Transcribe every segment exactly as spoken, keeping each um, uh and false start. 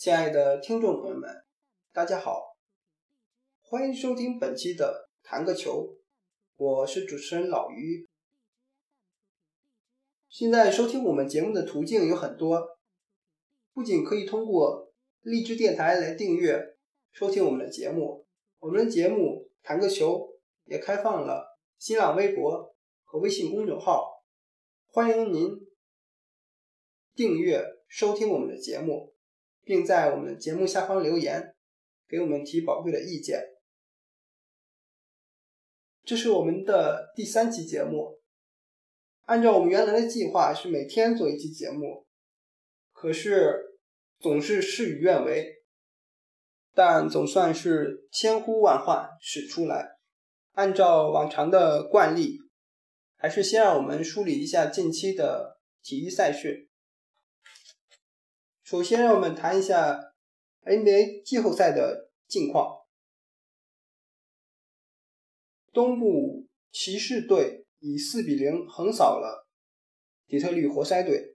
亲爱的听众朋友们，大家好，欢迎收听本期的谈个球，我是主持人老于。现在收听我们节目的途径有很多，不仅可以通过荔枝电台来订阅收听我们的节目，我们的节目谈个球也开放了新浪微博和微信公众号，欢迎您订阅收听我们的节目，并在我们的节目下方留言，给我们提宝贵的意见。这是我们的第三期节目，按照我们原来的计划是每天做一期节目，可是总是事与愿违，但总算是千呼万唤始出来。按照往常的惯例，还是先让我们梳理一下近期的体育赛事。首先让我们谈一下 N B A 季后赛的近况。东部骑士队以四比零横扫了底特律活塞队，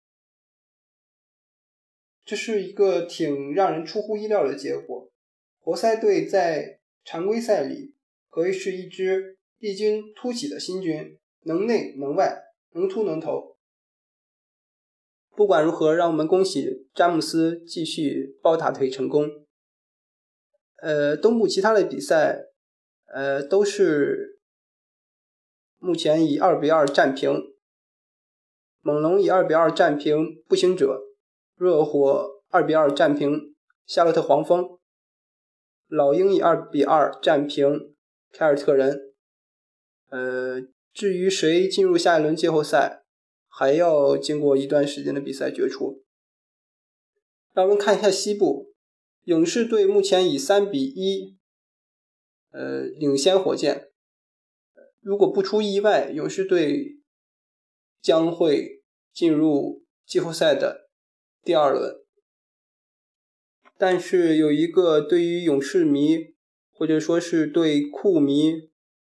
这是一个挺让人出乎意料的结果。活塞队在常规赛里可以是一支异军突起的新军，能内能外，能突能投。不管如何，让我们恭喜詹姆斯继续抱大腿成功。呃，东部其他的比赛，呃，都是目前以二比二战平。猛龙以二比二战平步行者，热火二比二战平夏洛特黄蜂，老鹰以二比二战平凯尔特人。呃，至于谁进入下一轮季后赛，还要经过一段时间的比赛决出。让我们看一下西部，勇士队目前以三比一呃领先火箭。如果不出意外，勇士队将会进入季后赛的第二轮。但是有一个对于勇士迷或者说是对库迷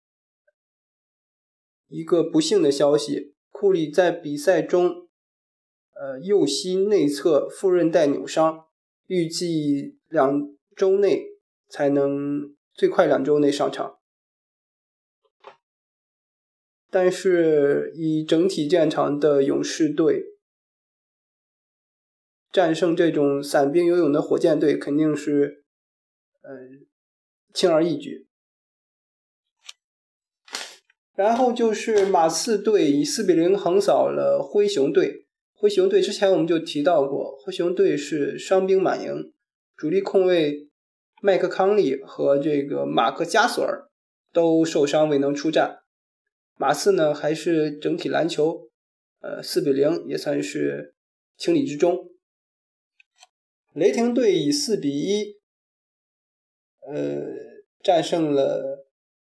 一个不幸的消息，库里在比赛中呃右膝内侧副韧带扭伤，预计两周内才能最快两周内上场。但是以整体战场的勇士队战胜这种散兵游勇的火箭队肯定是呃轻而易举。然后就是马刺队以四比零横扫了灰熊队。灰熊队之前我们就提到过，灰熊队是伤兵满营，主力控卫麦克康利和这个马克加索尔都受伤未能出战。马刺呢还是整体篮球呃四比零也算是情理之中。雷霆队以四比一呃战胜了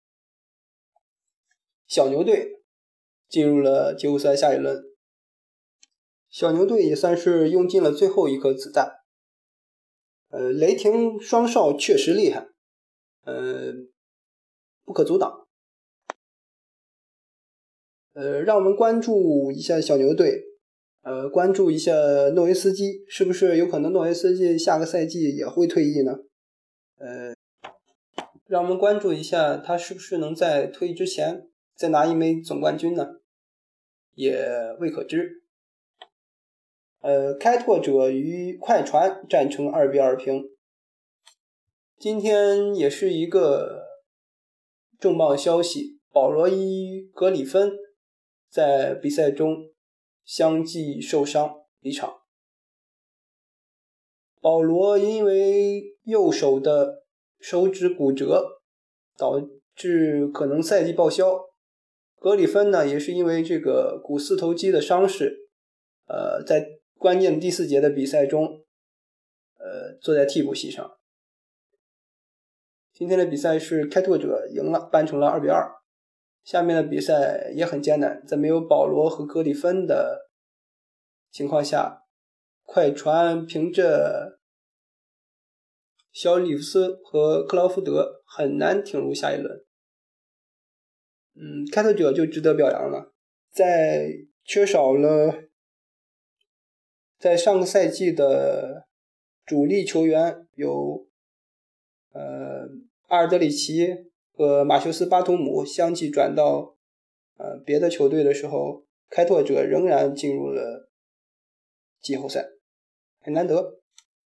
小牛队，进入了季后赛下一轮。小牛队也算是用尽了最后一颗子弹。呃，雷霆双少确实厉害，呃，不可阻挡。呃，让我们关注一下小牛队，呃，关注一下诺维斯基，是不是有可能诺维斯基下个赛季也会退役呢？呃，让我们关注一下他是不是能在退役之前再拿一枚总冠军呢？也未可知。呃，开拓者与快船战成二比二平。今天也是一个重磅消息，保罗与格里芬在比赛中相继受伤离场。保罗因为右手的手指骨折，导致可能赛季报销。格里芬呢，也是因为这个股四头肌的伤势，呃，在关键第四节的比赛中，呃，坐在替补席上。今天的比赛是开拓者赢了，扳成了二比二。下面的比赛也很艰难，在没有保罗和格里芬的情况下，快船凭着小里弗斯和克劳福德很难挺入下一轮。嗯，开拓者就值得表扬了，在缺少了在上个赛季的主力球员有呃阿尔德里奇和马修斯巴图姆相继转到呃别的球队的时候，开拓者仍然进入了季后赛，很难得。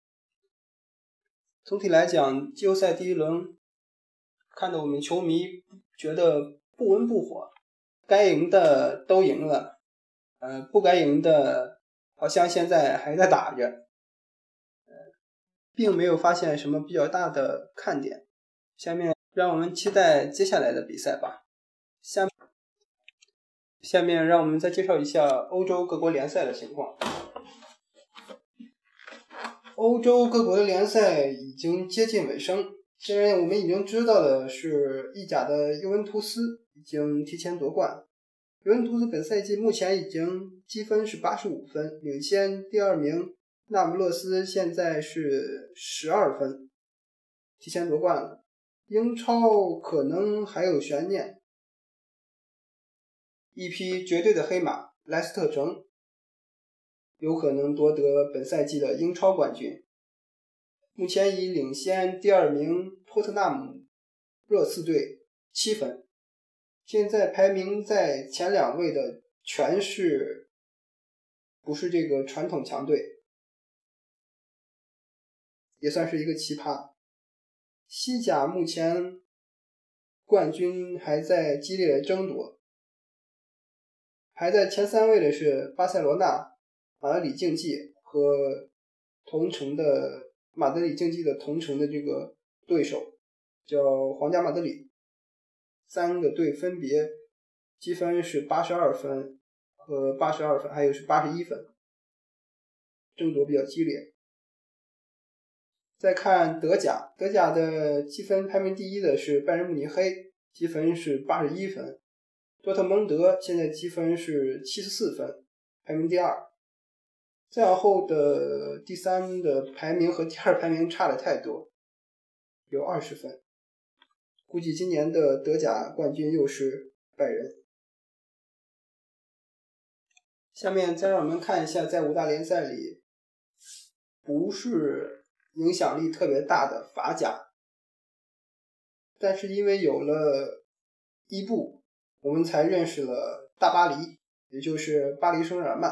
总体来讲，季后赛第一轮看得我们球迷觉得不温不火，该赢的都赢了，呃，不该赢的好像现在还在打着，呃，并没有发现什么比较大的看点。下面让我们期待接下来的比赛吧。下面下面让我们再介绍一下欧洲各国联赛的情况。欧洲各国的联赛已经接近尾声，现在我们已经知道的是，意甲的尤文图斯已经提前夺冠。尤文图斯本赛季目前已经积分是八十五分，领先第二名那不勒斯现在是十二分，提前夺冠了。英超可能还有悬念，一匹绝对的黑马莱斯特城有可能夺得本赛季的英超冠军，目前已领先第二名托特纳姆热刺队七分。现在排名在前两位的全是不是这个传统强队，也算是一个奇葩。西甲目前冠军还在激烈的争夺，排在前三位的是巴塞罗那、马德里竞技和同城的马德里竞技的同城的这个对手叫皇家马德里，三个队分别积分是八十二分和八十二分，还有是八十一分，争夺比较激烈。再看德甲，德甲的积分排名第一的是拜仁慕尼黑，积分是八十一分。多特蒙德现在积分是七十四分，排名第二。再往后的第三的排名和第二排名差的太多，有二十分。估计今年的德甲冠军又是拜仁。下面再让我们看一下在五大联赛里不是影响力特别大的法甲，但是因为有了伊布，我们才认识了大巴黎，也就是巴黎圣日耳曼。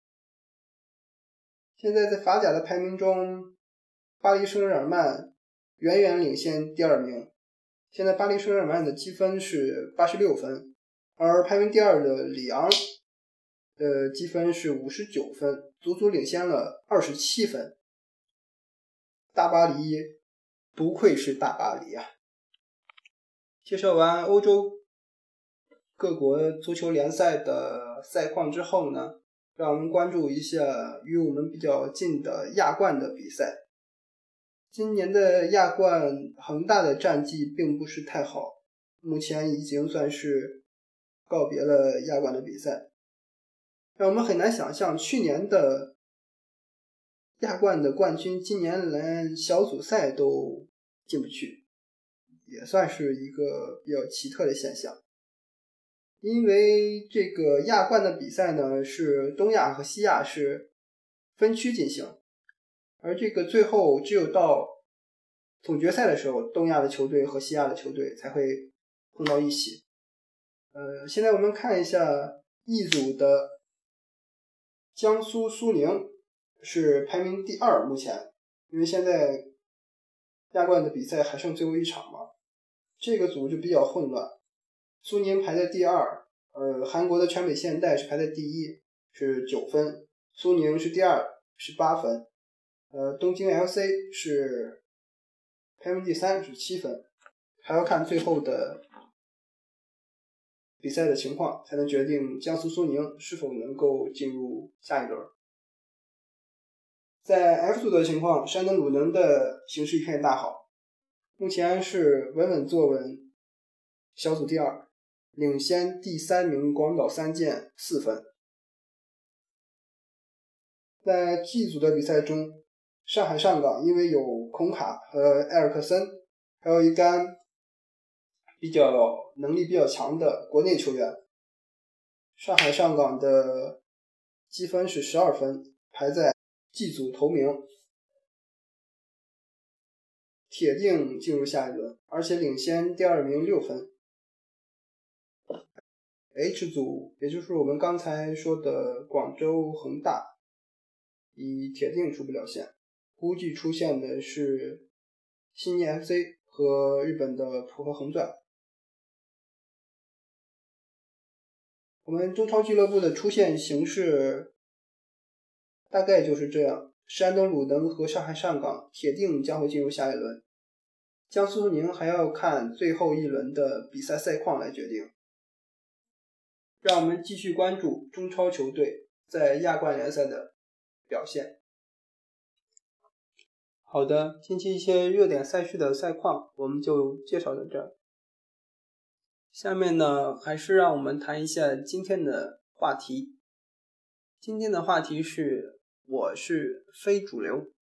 现在在法甲的排名中，巴黎圣日耳曼远远领先第二名，现在巴黎圣日耳曼的积分是八十六分，而排名第二的里昂的积分是五十九分，足足领先了二十七分。大巴黎不愧是大巴黎啊！介绍完欧洲各国足球联赛的赛况之后呢，让我们关注一下与我们比较近的亚冠的比赛。今年的亚冠恒大的战绩并不是太好，目前已经算是告别了亚冠的比赛，让我们很难想象去年的亚冠的冠军今年连小组赛都进不去，也算是一个比较奇特的现象。因为这个亚冠的比赛呢，是东亚和西亚是分区进行，而这个最后只有到总决赛的时候，东亚的球队和西亚的球队才会碰到一起。呃，现在我们看一下一组的江苏苏宁是排名第二，目前因为现在亚冠的比赛还剩最后一场嘛，这个组就比较混乱。苏宁排在第二，呃，韩国的全北现代是排在第一，是九分，苏宁是第二，是八分，呃，东京 L C 是排名第三，是七分，还要看最后的比赛的情况，才能决定江苏苏宁是否能够进入下一轮。在 F 组的情况，山东鲁能的形势一片大好，目前是稳稳坐稳小组第二，领先第三名广岛三剑四分。在 G 组的比赛中，上海上港因为有孔卡和埃尔克森，还有一干比较能力比较强的国内球员，上海上港的积分是十二分，排在 G 组头名。 铁定进入下一轮，而且领先第二名六分。H 组也就是我们刚才说的广州恒大，以铁定出不了线，估计出现的是新义 F C 和日本的浦和恒钻。我们中超俱乐部的出线形势大概就是这样，山东鲁能和上海上港铁定将会进入下一轮，江苏苏宁还要看最后一轮的比赛赛况来决定。让我们继续关注中超球队在亚冠联赛的表现。好的，近期一些热点赛事的赛况我们就介绍到这儿。下面呢，还是让我们谈一下今天的话题。今天的话题是我是非主流。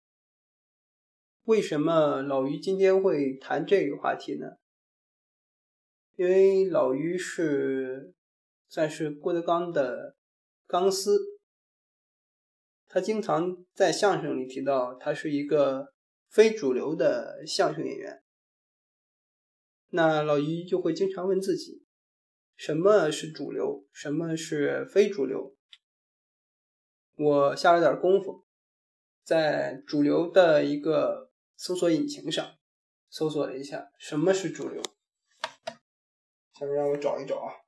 为什么老于今天会谈这个话题呢？因为老于是算是郭德纲的钢丝，他经常在相声里提到他是一个非主流的相声演员。那老于就会经常问自己，什么是主流，什么是非主流？我下了点功夫，在主流的一个搜索引擎上搜索了一下什么是主流。下面让我找一找啊。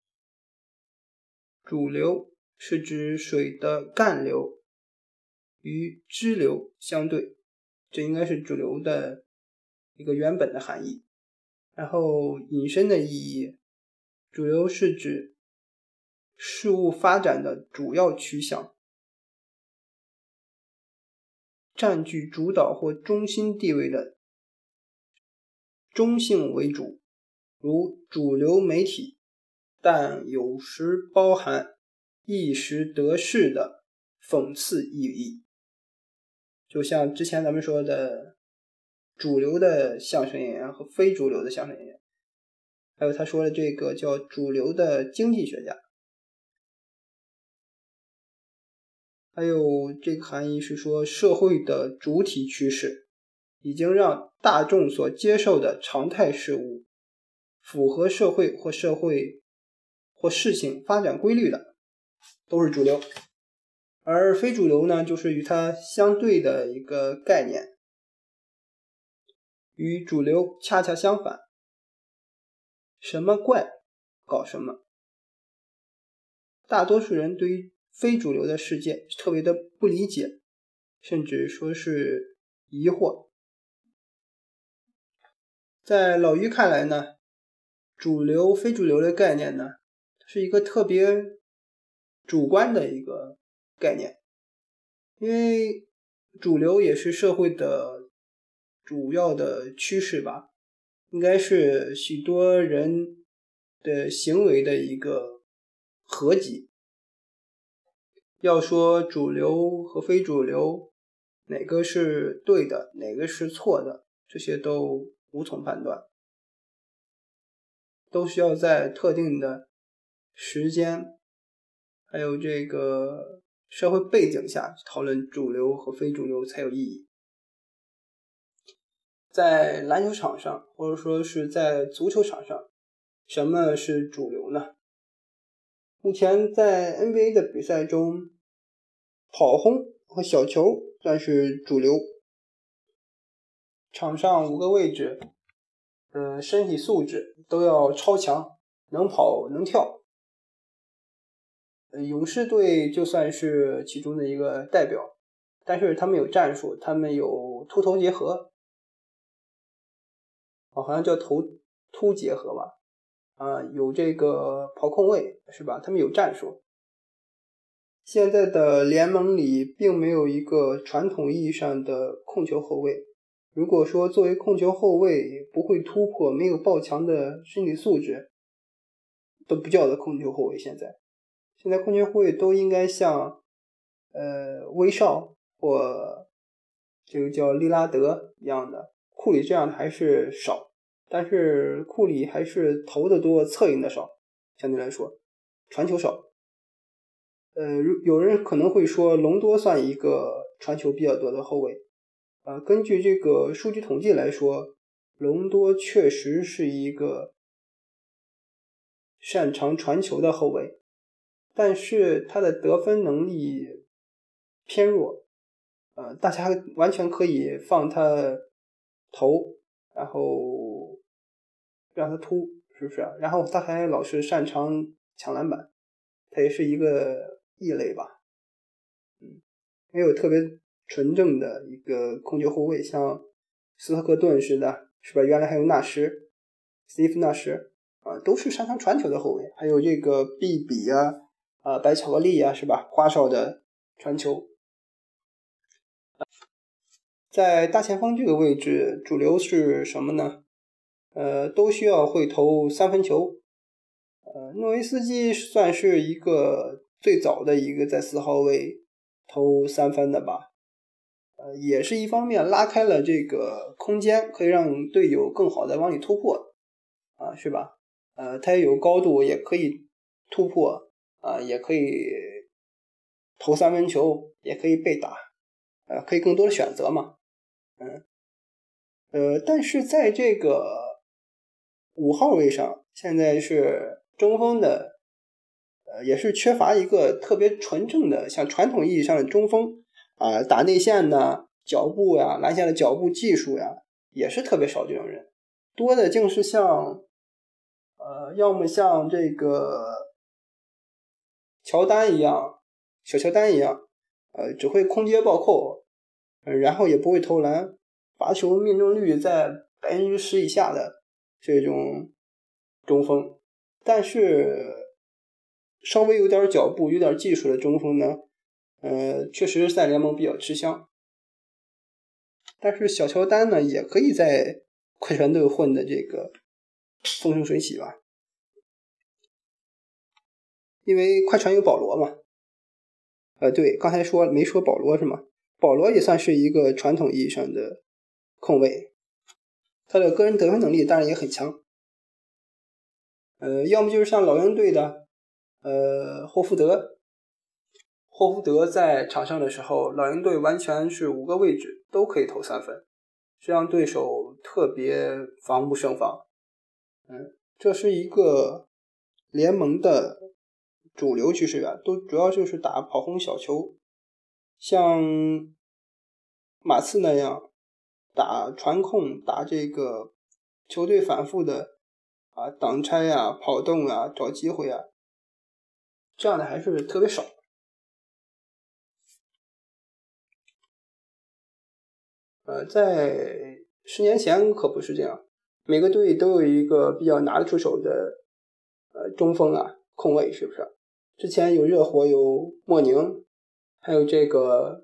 主流是指水的干流与支流相对，这应该是主流的一个原本的含义。然后引申的意义，主流是指事物发展的主要趋向，占据主导或中心地位的中性为主，如主流媒体，但有时包含一时得势的讽刺意义。就像之前咱们说的主流的相声演员和非主流的相声演员，还有他说的这个叫主流的经济学家，还有这个含义是说社会的主体趋势已经让大众所接受的常态事物符合社会或社会或事情发展规律的都是主流。而非主流呢，就是与它相对的一个概念，与主流恰恰相反，什么怪搞什么。大多数人对于非主流的世界特别的不理解，甚至说是疑惑。在老于看来呢，主流非主流的概念呢，是一个特别主观的一个概念，因为主流也是社会的主要的趋势吧，应该是许多人的行为的一个合集。要说主流和非主流哪个是对的，哪个是错的，这些都无从判断，都需要在特定的时间还有这个社会背景下讨论主流和非主流才有意义。在篮球场上，或者说是在足球场上，什么是主流呢？目前在 N B A 的比赛中，跑轰和小球算是主流。场上五个位置，呃，身体素质都要超强，能跑能跳。呃，勇士队就算是其中的一个代表，但是他们有战术，他们有突投结合，哦，好像叫投突结合吧，啊，有这个跑控卫是吧？他们有战术。现在的联盟里并没有一个传统意义上的控球后卫。如果说作为控球后卫不会突破，没有爆强的身体素质，都不叫做控球后卫。现在现在控球后卫都应该像呃威少或这个叫利拉德一样的，库里这样的还是少，但是库里还是投的多，策应的少，相对来说传球少。呃，有人可能会说隆多算一个传球比较多的后卫， 呃，根据这个数据统计来说，隆多确实是一个擅长传球的后卫，但是他的得分能力偏弱。呃，大家完全可以放他投，然后让他突，是不是啊？然后他还老是擅长抢篮板，他也是一个异类吧。嗯，没有特别纯正的一个控球后卫，像斯特克顿似的，是吧？原来还有纳什，斯蒂夫纳什啊，都是擅长传球的后卫。还有这个毕比啊，啊，白巧克力啊，是吧？花哨的传球。在大前锋这个位置，主流是什么呢？呃，都需要会投三分球。呃，诺维斯基算是一个最早的一个在四号位投三分的吧。呃，也是一方面拉开了这个空间，可以让队友更好的往里突破，啊，是吧？呃，他也有高度，也可以突破，啊，也可以投三分球，也可以被打，呃，可以更多的选择嘛。嗯，呃，但是在这个五号位上，现在是中锋的，呃，也是缺乏一个特别纯正的，像传统意义上的中锋啊、呃，打内线呢，脚步呀，篮下的脚步技术呀，也是特别少这种人，多的竟是像，呃，要么像这个乔丹一样，小乔丹一样，呃，只会空接暴扣，呃，然后也不会投篮，罚球命中率在百分之十以下的这种中锋，但是稍微有点脚步、有点技术的中锋呢，呃，确实在联盟比较吃香。但是小乔丹呢，也可以在快船队混的这个风生水起吧，因为快船有保罗嘛。呃，对，刚才说没说保罗是吗？保罗也算是一个传统意义上的控卫，他的个人得分能力当然也很强。呃，要么就是像老鹰队的呃霍福德，霍福德在场上的时候，老鹰队完全是五个位置都可以投三分，这让对手特别防不胜防。嗯，这是一个联盟的主流趋势源，都主要就是打跑轰小球，像马刺那样打传控，打这个球队反复的啊挡拆呀、跑动啊、找机会啊，这样的还是特别少。呃，在十年前可不是这样，每个队都有一个比较拿得出手的呃中锋啊、控卫，是不是？之前有热火，有莫宁，还有这个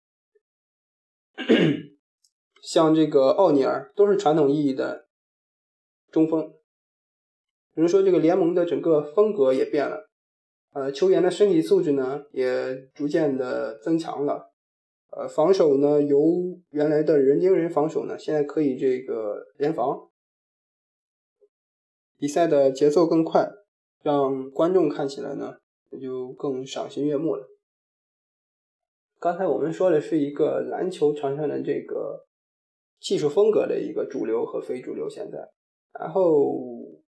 像这个奥尼尔，都是传统意义的中锋。有人说这个联盟的整个风格也变了，呃，球员的身体素质呢也逐渐的增强了，呃，防守呢由原来的人盯人防守呢，现在可以这个联防，比赛的节奏更快，让观众看起来呢也就更赏心悦目了。刚才我们说的是一个篮球场上的这个技术风格的一个主流和非主流现在，然后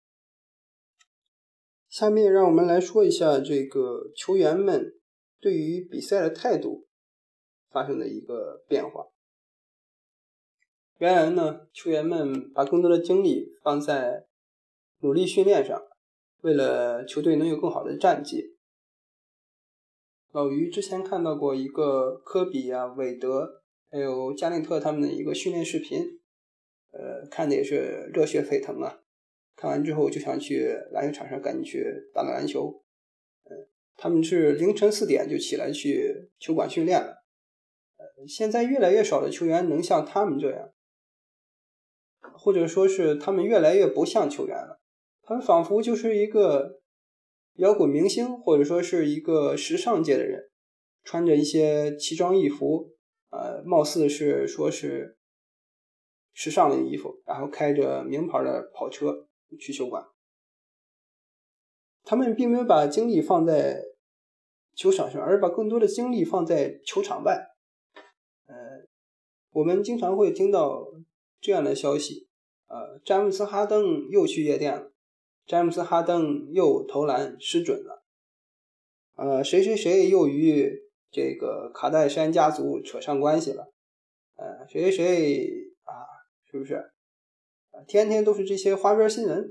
下面让我们来说一下这个球员们对于比赛的态度发生的一个变化。原来呢，球员们把更多的精力放在努力训练上，为了球队能有更好的战绩。老于之前看到过一个科比啊、韦德还有加内特他们的一个训练视频，呃，看的也是热血沸腾啊！看完之后就想去篮球场上赶紧去打打篮球。呃，他们是凌晨四点就起来去球馆训练了。呃，现在越来越少的球员能像他们这样，或者说是他们越来越不像球员了。他们仿佛就是一个摇滚明星，或者说是一个时尚界的人，穿着一些奇装异服，呃，貌似是说是时尚的衣服，然后开着名牌的跑车去球馆。他们并没有把精力放在球场上，而把更多的精力放在球场外。呃， 我们经常会听到这样的消息，呃，詹姆斯哈登又去夜店了，詹姆斯哈登又投篮失准了，呃，谁谁谁又与这个卡戴珊家族扯上关系了，呃，谁谁谁啊，是不是？天天都是这些花边新闻。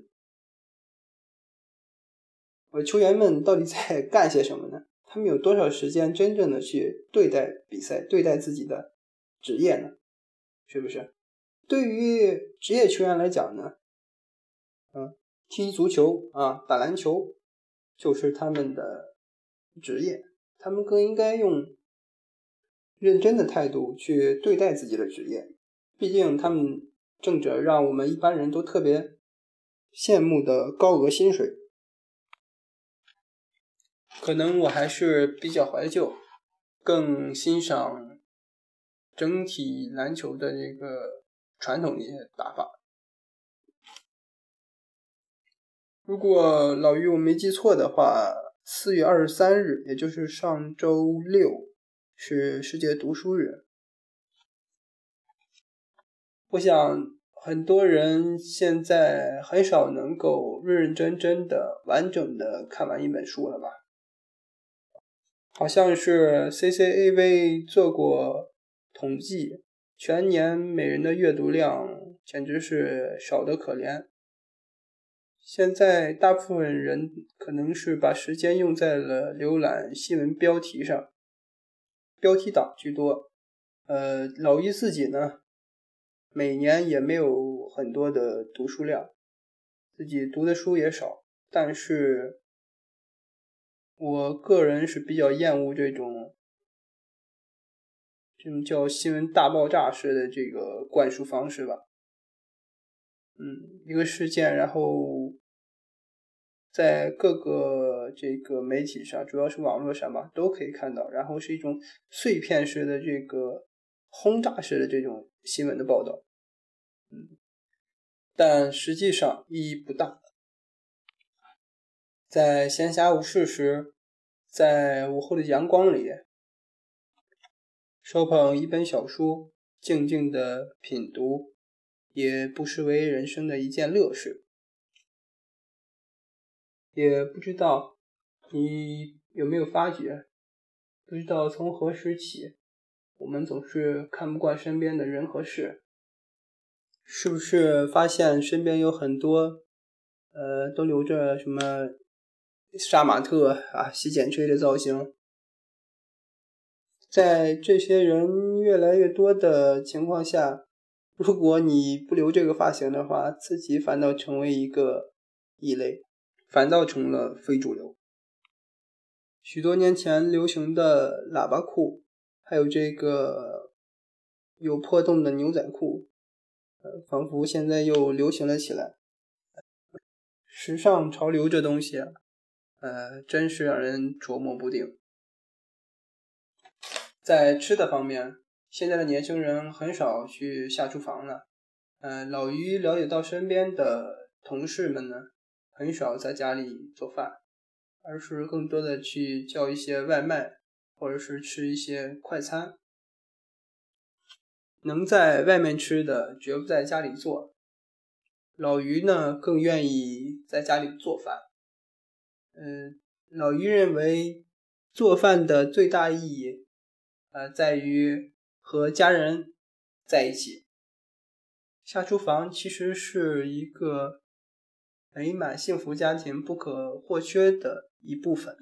我球员们到底在干些什么呢？他们有多少时间真正的去对待比赛，对待自己的职业呢？是不是？对于职业球员来讲呢，嗯，踢足球啊，打篮球就是他们的职业，他们更应该用认真的态度去对待自己的职业，毕竟他们挣着让我们一般人都特别羡慕的高额薪水。可能我还是比较怀旧，更欣赏整体篮球的这个传统的一些打法。如果老于我没记错的话，四月二十三日，也就是上周六，是世界读书日。我想很多人现在很少能够认认真真的完整的看完一本书了吧。好像是 C C A V 做过统计，全年每人的阅读量简直是少得可怜。现在大部分人可能是把时间用在了浏览新闻标题上，标题党居多。呃，老于自己呢，每年也没有很多的读书量，自己读的书也少，但是我个人是比较厌恶这种这种叫新闻大爆炸式的这个灌输方式吧。嗯，一个事件，然后在各个这个媒体上，主要是网络上吧，都可以看到，然后是一种碎片式的这个轰炸式的这种新闻的报道。嗯，但实际上意义不大。在闲暇无事时，在午后的阳光里，手捧一本小书，静静地品读，也不失为人生的一件乐事。也不知道你有没有发觉，不知道从何时起，我们总是看不惯身边的人和事。是不是发现身边有很多呃，都留着什么杀马特啊、洗剪吹的造型？在这些人越来越多的情况下，如果你不留这个发型的话，自己反倒成为一个异类，反倒成了非主流。许多年前流行的喇叭裤，还有这个有破洞的牛仔裤，呃，仿佛现在又流行了起来。时尚潮流这东西，呃，真是让人琢磨不定。在吃的方面，现在的年轻人很少去下厨房了。呃，老于了解到身边的同事们呢，很少在家里做饭，而是更多的去叫一些外卖，或者是吃一些快餐。能在外面吃的，绝不在家里做。老于呢，更愿意在家里做饭。嗯、呃，老于认为做饭的最大意义呃，在于和家人在一起。下厨房其实是一个美满幸福家庭不可或缺的一部分。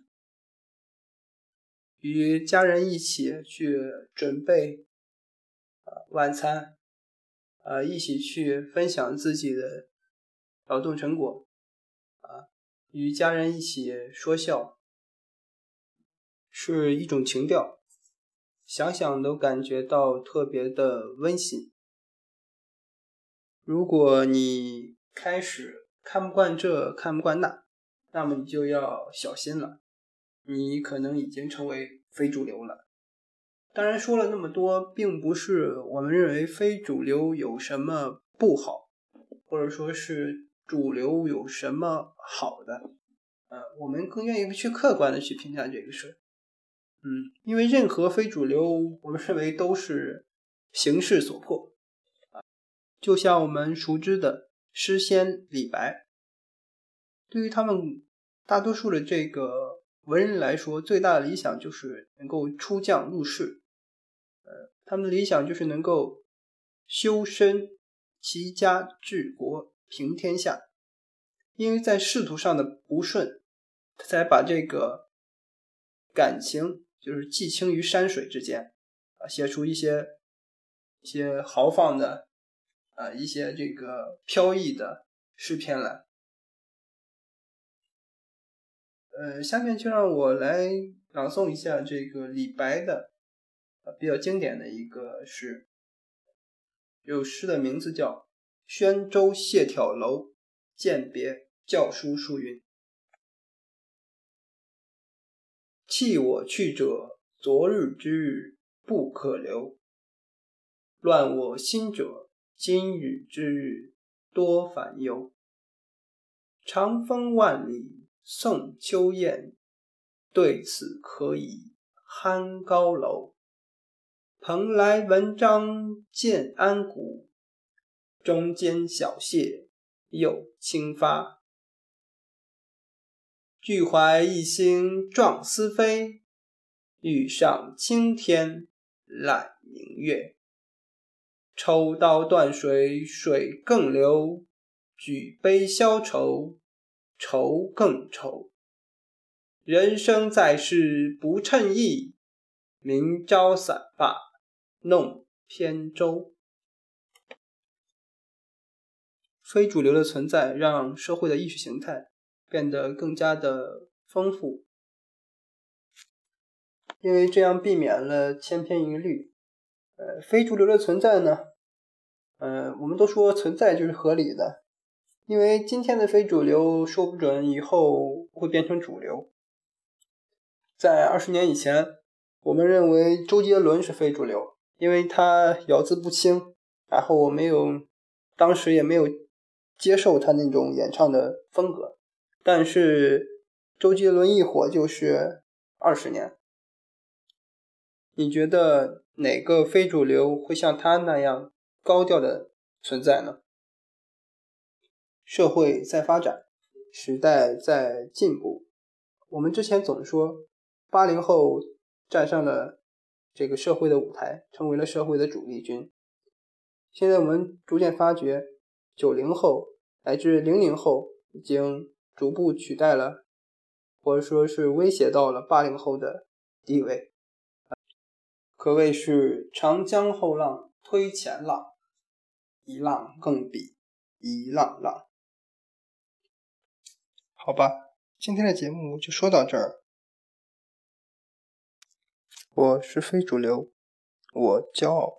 与家人一起去准备、呃、晚餐，呃，一起去分享自己的劳动成果，啊，与家人一起说笑，是一种情调。想想都感觉到特别的温馨。如果你开始看不惯这看不惯那，那么你就要小心了，你可能已经成为非主流了。当然说了那么多，并不是我们认为非主流有什么不好，或者说是主流有什么好的，呃，我们更愿意去客观的去评价这个事。嗯，因为任何非主流，我们认为都是形势所迫。就像我们熟知的诗仙李白，对于他们大多数的这个文人来说，最大的理想就是能够出将入仕，呃，他们的理想就是能够修身齐家治国平天下。因为在仕途上的不顺，他才把这个感情就是寄情于山水之间，啊，写出一些一些豪放的啊，一些这个飘逸的诗篇来。呃，下面就让我来朗诵一下这个李白的、呃、比较经典的一个诗。有诗的名字叫《宣州谢眺楼饯别校书书云》。弃我去者，昨日之日不可留；乱我心者，今日之日多烦忧。长风万里送秋雁，对此可以酣高楼。蓬莱文章建安骨，中间小谢又清发。俱怀一心壮思飞，欲上青天揽明月。抽刀断水水更流，举杯消愁愁更愁。人生在世不称意，明朝散发弄扁舟。非主流的存在让社会的意识形态变得更加的丰富，因为这样避免了千篇一律。呃，非主流的存在呢，呃，我们都说存在就是合理的，因为今天的非主流说不准以后会变成主流。在二十年以前，我们认为周杰伦是非主流，因为他咬字不清，然后我没有，当时也没有接受他那种演唱的风格。但是周杰伦一火就是二十年，你觉得哪个非主流会像他那样高调的存在呢？社会在发展，时代在进步。我们之前总说八零后站上了这个社会的舞台，成为了社会的主力军。现在我们逐渐发觉，九零后乃至零零后已经逐步取代了，或者说是威胁到了八零后的地位，可谓是长江后浪推前浪，一浪更比一浪浪。好吧，今天的节目就说到这儿。我是非主流，我骄傲。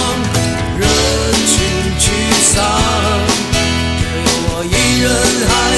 人海